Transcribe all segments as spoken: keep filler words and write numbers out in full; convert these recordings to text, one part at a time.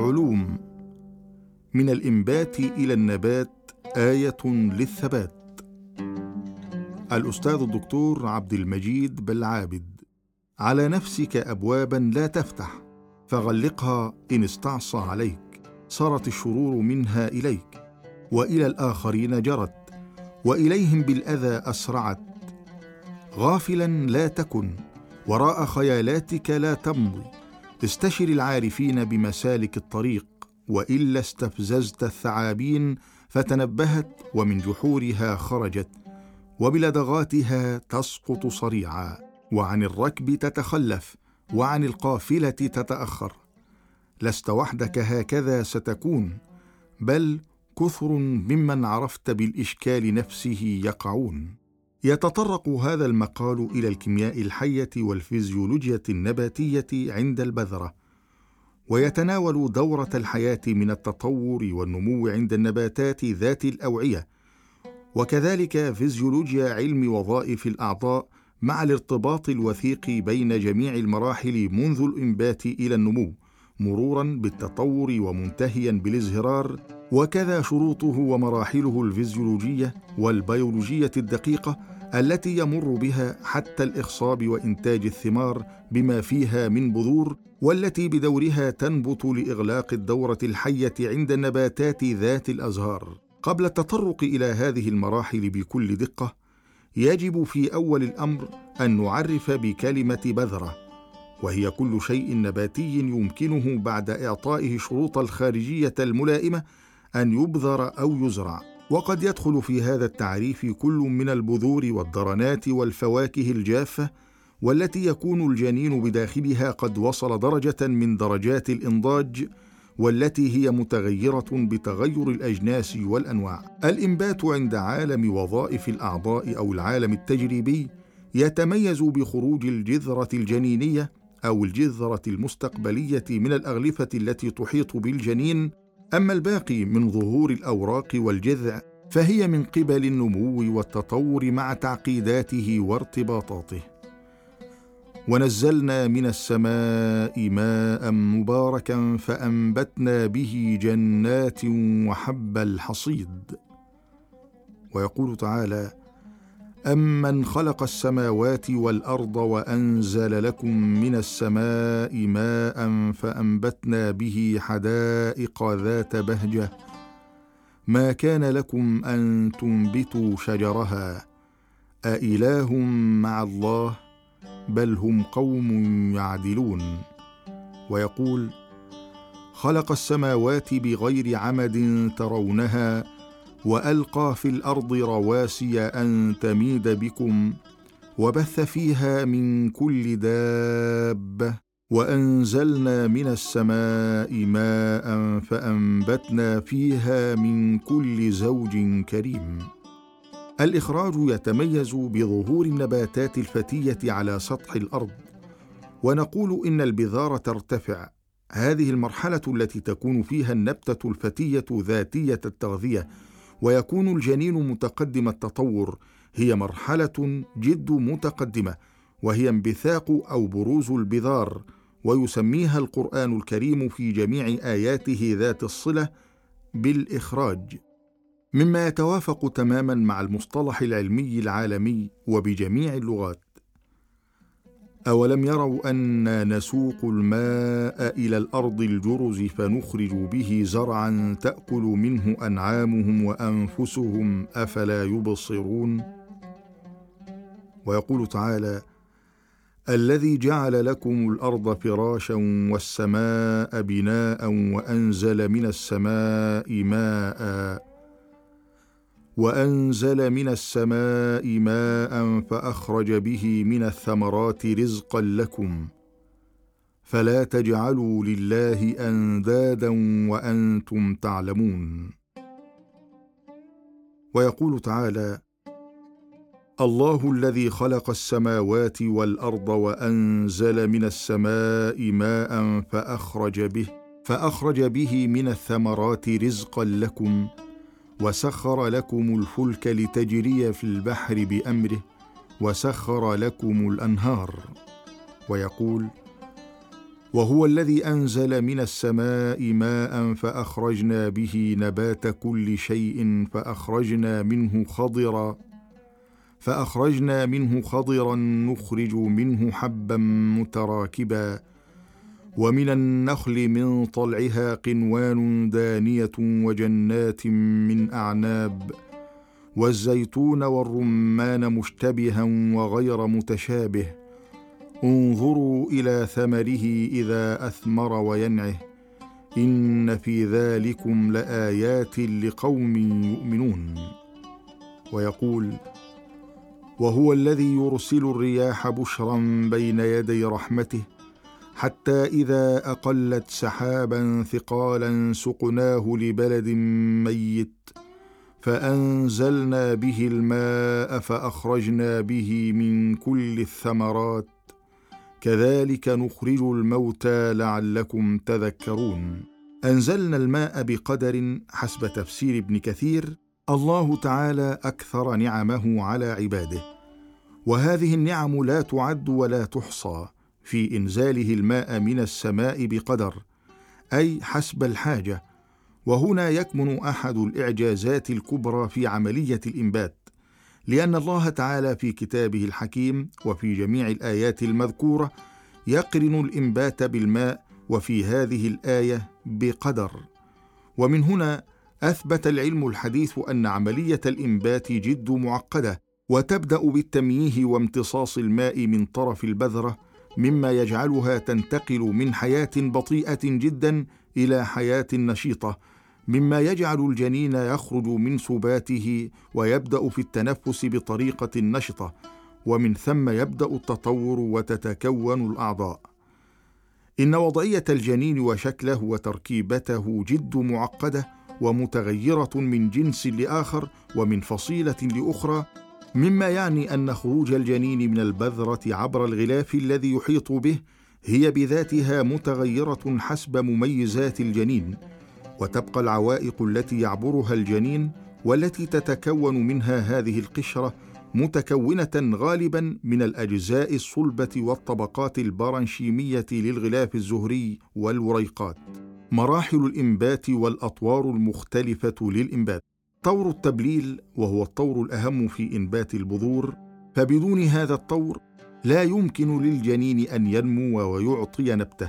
علوم. من الإنبات إلى النبات آية للثبات. الأستاذ الدكتور عبد المجيد بالعابد. على نفسك أبوابا لا تفتح، فغلقها إن استعصى عليك، صارت الشرور منها إليك، وإلى الآخرين جرت، وإليهم بالأذى أسرعت. غافلا لا تكن، وراء خيالاتك لا تمضي، استشر العارفين بمسالك الطريق، وإلا استفززت الثعابين فتنبهت ومن جحورها خرجت، وبلدغاتها تسقط صريعا، وعن الركب تتخلف، وعن القافلة تتأخر. لست وحدك هكذا ستكون، بل كثر ممن عرفت بالإشكال نفسه يقعون. يتطرق هذا المقال إلى الكيمياء الحية والفيزيولوجيا النباتية عند البذرة، ويتناول دورة الحياة من التطور والنمو عند النباتات ذات الأوعية، وكذلك فيزيولوجيا علم وظائف الأعضاء مع الارتباط الوثيق بين جميع المراحل منذ الإنبات إلى النمو، مرورا بالتطور ومنتهيا بالازهرار، وكذا شروطه ومراحله الفيزيولوجية والبيولوجية الدقيقة التي يمر بها حتى الإخصاب وإنتاج الثمار بما فيها من بذور، والتي بدورها تنبت لإغلاق الدورة الحية عند النباتات ذات الأزهار. قبل التطرق إلى هذه المراحل بكل دقة، يجب في أول الأمر أن نعرف بكلمة بذرة، وهي كل شيء نباتي يمكنه بعد إعطائه الشروط الخارجية الملائمة أن يبذر أو يزرع. وقد يدخل في هذا التعريف كل من البذور والدرنات والفواكه الجافة، والتي يكون الجنين بداخلها قد وصل درجة من درجات الإنضاج، والتي هي متغيرة بتغير الأجناس والأنواع. الإنبات عند عالم وظائف الأعضاء أو العالم التجريبي يتميز بخروج الجذرة الجنينية أو الجذرة المستقبلية من الأغلفة التي تحيط بالجنين، أما الباقي من ظهور الأوراق والجذع فهي من قبل النمو والتطور مع تعقيداته وارتباطاته. ونزلنا من السماء ماء مباركا فأنبتنا به جنات وحب الحصيد. ويقول تعالى: أمن خلق السماوات والأرض وأنزل لكم من السماء ماء فأنبتنا به حدائق ذات بهجة ما كان لكم أن تنبتوا شجرها أإله مع الله بل هم قوم يعدلون. ويقول: خلق السماوات بغير عمد ترونها وألقى في الأرض رواسي أن تميد بكم وبث فيها من كل دابة وأنزلنا من السماء ماء فأنبتنا فيها من كل زوج كريم. الإخراج يتميز بظهور النباتات الفتية على سطح الأرض، ونقول إن البذار ترتفع، هذه المرحلة التي تكون فيها النبتة الفتية ذاتية التغذية ويكون الجنين متقدم التطور، هي مرحلة جد متقدمة، وهي انبثاق أو بروز البذار، ويسميها القرآن الكريم في جميع آياته ذات الصلة بالإخراج، مما يتوافق تماما مع المصطلح العلمي العالمي وبجميع اللغات. أولم يروا أنا نسوق الماء إلى الأرض الجرز فنخرج به زرعا تأكل منه أنعامهم وأنفسهم أفلا يبصرون. ويقول تعالى: الذي جعل لكم الأرض فراشا والسماء بناء وأنزل من السماء ماء وأنزل من السماء ماء فأخرج به من الثمرات رزقا لكم فلا تجعلوا لله أندادا وأنتم تعلمون. ويقول تعالى: الله الذي خلق السماوات والأرض وأنزل من السماء ماء فأخرج به فأخرج به من الثمرات رزقا لكم وسخر لكم الفلك لتجري في البحر بأمره وسخر لكم الأنهار. ويقول: وهو الذي أنزل من السماء ماء فأخرجنا به نبات كل شيء فأخرجنا منه خضرا فأخرجنا منه خضرا نخرج منه حبا متراكبا ومن النخل من طلعها قنوان دانية وجنات من أعناب والزيتون والرمان مشتبها وغير متشابه انظروا إلى ثمره إذا أثمر وينعه إن في ذلكم لآيات لقوم يؤمنون. ويقول: وهو الذي يرسل الرياح بشرا بين يدي رحمته حتى إذا أقلت سحابا ثقالا سقناه لبلد ميت فأنزلنا به الماء فأخرجنا به من كل الثمرات كذلك نخرج الموتى لعلكم تذكرون. أنزلنا الماء بقدر حسب تفسير ابن كثير. الله تعالى أكثر نعمه على عباده، وهذه النعم لا تعد ولا تحصى في إنزاله الماء من السماء بقدر، أي حسب الحاجة. وهنا يكمن أحد الإعجازات الكبرى في عملية الإنبات، لأن الله تعالى في كتابه الحكيم وفي جميع الآيات المذكورة يقرن الإنبات بالماء، وفي هذه الآية بقدر. ومن هنا أثبت العلم الحديث أن عملية الإنبات جد معقدة، وتبدأ بالتمييه وامتصاص الماء من طرف البذرة، مما يجعلها تنتقل من حياة بطيئة جدا إلى حياة نشيطة، مما يجعل الجنين يخرج من سباته ويبدأ في التنفس بطريقة نشطة، ومن ثم يبدأ التطور وتتكون الأعضاء. إن وضعية الجنين وشكله وتركيبته جد معقدة ومتغيرة من جنس لآخر ومن فصيلة لأخرى، مما يعني أن خروج الجنين من البذرة عبر الغلاف الذي يحيط به هي بذاتها متغيرة حسب مميزات الجنين، وتبقى العوائق التي يعبرها الجنين والتي تتكون منها هذه القشرة متكونة غالبا من الأجزاء الصلبة والطبقات البرنشيمية للغلاف الزهري والوريقات. مراحل الإنبات والأطوار المختلفة للإنبات: طور التبليل، وهو الطور الأهم في إنبات البذور، فبدون هذا الطور لا يمكن للجنين أن ينمو ويعطي نبته.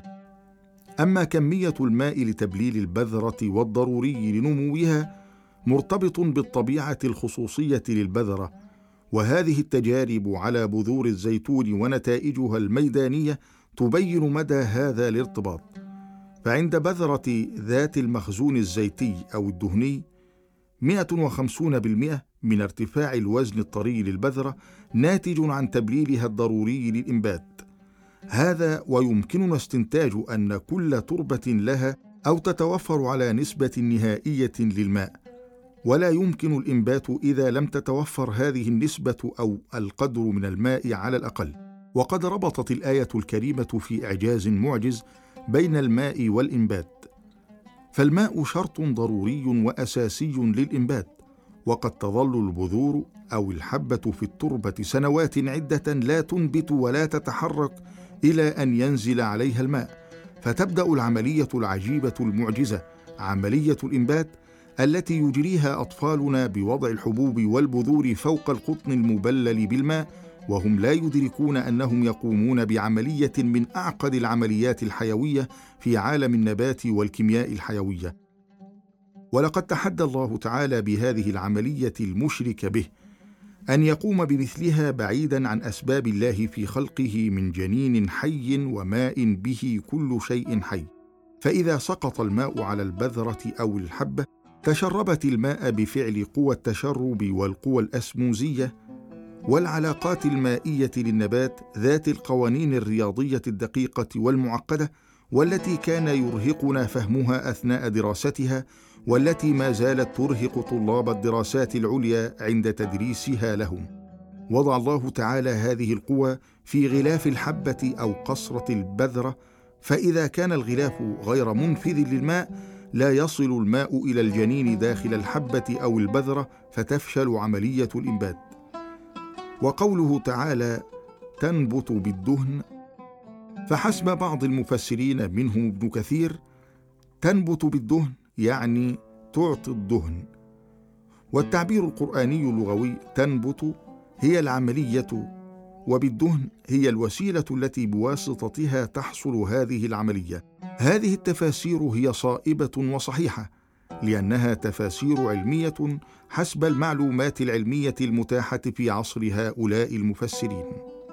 أما كمية الماء لتبليل البذرة والضروري لنموها مرتبط بالطبيعة الخصوصية للبذرة، وهذه التجارب على بذور الزيتون ونتائجها الميدانية تبين مدى هذا الارتباط. فعند بذرة ذات المخزون الزيتي أو الدهني مئة وخمسين بالمئة من ارتفاع الوزن الطري للبذرة ناتج عن تبليلها الضروري للإنبات. هذا ويمكننا استنتاج أن كل تربة لها أو تتوفر على نسبة نهائية للماء، ولا يمكن الإنبات إذا لم تتوفر هذه النسبة أو القدر من الماء على الأقل. وقد ربطت الآية الكريمة في إعجاز معجز بين الماء والإنبات، فالماء شرط ضروري وأساسي للإنبات، وقد تظل البذور أو الحبة في التربة سنوات عدة لا تنبت ولا تتحرك إلى أن ينزل عليها الماء، فتبدأ العملية العجيبة المعجزة، عملية الإنبات، التي يجريها أطفالنا بوضع الحبوب والبذور فوق القطن المبلل بالماء، وهم لا يدركون أنهم يقومون بعملية من أعقد العمليات الحيوية في عالم النبات والكيمياء الحيوية. ولقد تحدى الله تعالى بهذه العملية المشرك به أن يقوم بمثلها بعيدا عن أسباب الله في خلقه من جنين حي وماء به كل شيء حي. فإذا سقط الماء على البذرة أو الحبة تشربت الماء بفعل قوى التشرب والقوى الأسموزية والعلاقات المائية للنبات ذات القوانين الرياضية الدقيقة والمعقدة، والتي كان يرهقنا فهمها أثناء دراستها، والتي ما زالت ترهق طلاب الدراسات العليا عند تدريسها لهم. وضع الله تعالى هذه القوى في غلاف الحبة أو قصرة البذرة، فإذا كان الغلاف غير منفذ للماء لا يصل الماء إلى الجنين داخل الحبة أو البذرة، فتفشل عملية الإنبات. وقوله تعالى تنبت بالدهن فحسب بعض المفسرين منهم ابن كثير تنبت بالدهن يعني تعطي الدهن، والتعبير القرآني اللغوي تنبت هي العملية، وبالدهن هي الوسيلة التي بواسطتها تحصل هذه العملية. هذه التفاسير هي صائبة وصحيحة، لأنها تفاسير علمية حسب المعلومات العلمية المتاحة في عصر هؤلاء المفسرين.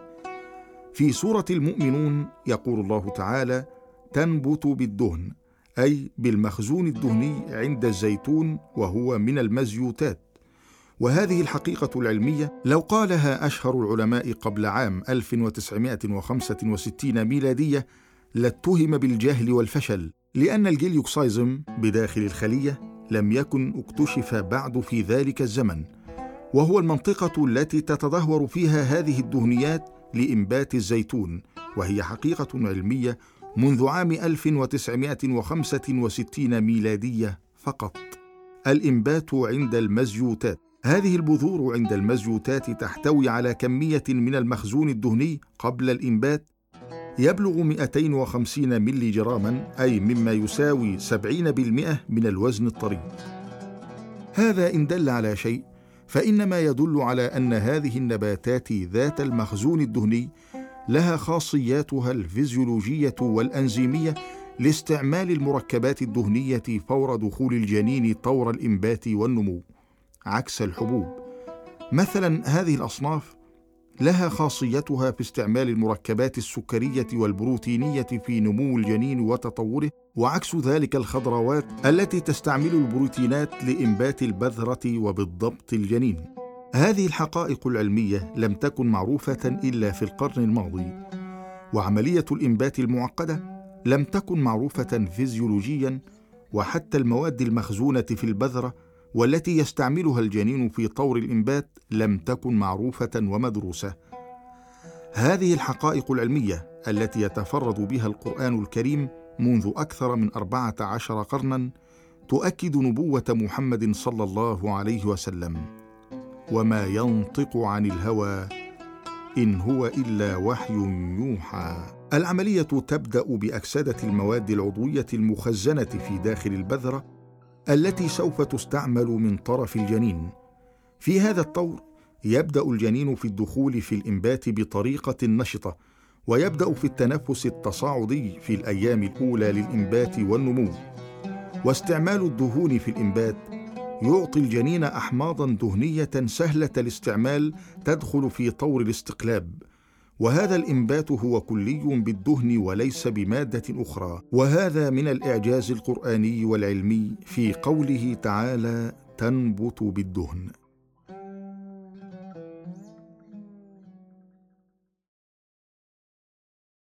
في سورة المؤمنون يقول الله تعالى: تنبت بالدهن، أي بالمخزون الدهني عند الزيتون، وهو من المزيوتات. وهذه الحقيقة العلمية لو قالها أشهر العلماء قبل عام ألف وتسعمائة وخمسة وستين ميلادية لاتهم بالجهل والفشل، لأن الجليوكسيزم بداخل الخلية لم يكن اكتشف بعد في ذلك الزمن، وهو المنطقة التي تتدهور فيها هذه الدهنيات لإنبات الزيتون، وهي حقيقة علمية منذ عام ألف وتسعمائة وخمسة وستين ميلادية فقط. الإنبات عند المزيوتات. هذه البذور عند المزيوتات تحتوي على كمية من المخزون الدهني قبل الإنبات يبلغ مئتين وخمسين ملي جراما، أي مما يساوي سبعين بالمئة من الوزن الطري. هذا إن دل على شيء فإنما يدل على أن هذه النباتات ذات المخزون الدهني لها خاصياتها الفيزيولوجية والأنزيمية لاستعمال المركبات الدهنية فور دخول الجنين طور الإنبات والنمو، عكس الحبوب. مثلا هذه الأصناف لها خاصيتها في استعمال المركبات السكرية والبروتينية في نمو الجنين وتطوره، وعكس ذلك الخضروات التي تستعمل البروتينات لإنبات البذرة وبالضبط الجنين. هذه الحقائق العلمية لم تكن معروفة إلا في القرن الماضي، وعملية الإنبات المعقدة لم تكن معروفة فيزيولوجيا، وحتى المواد المخزونة في البذرة والتي يستعملها الجنين في طور الإنبات لم تكن معروفة ومدروسة. هذه الحقائق العلمية التي يتفرد بها القرآن الكريم منذ أكثر من أربعة عشر قرنا تؤكد نبوة محمد صلى الله عليه وسلم: وما ينطق عن الهوى إن هو إلا وحي يوحى. العملية تبدأ بأكسدة المواد العضوية المخزنة في داخل البذرة التي سوف تستعمل من طرف الجنين. في هذا الطور يبدأ الجنين في الدخول في الإنبات بطريقة نشطة، ويبدأ في التنفس التصاعدي في الأيام الأولى للإنبات والنمو. واستعمال الدهون في الإنبات يعطي الجنين أحماضا دهنية سهلة الاستعمال تدخل في طور الاستقلاب، وهذا الإنبات هو كلي بالدهن وليس بمادة أخرى. وهذا من الإعجاز القرآني والعلمي في قوله تعالى: تنبت بالدهن.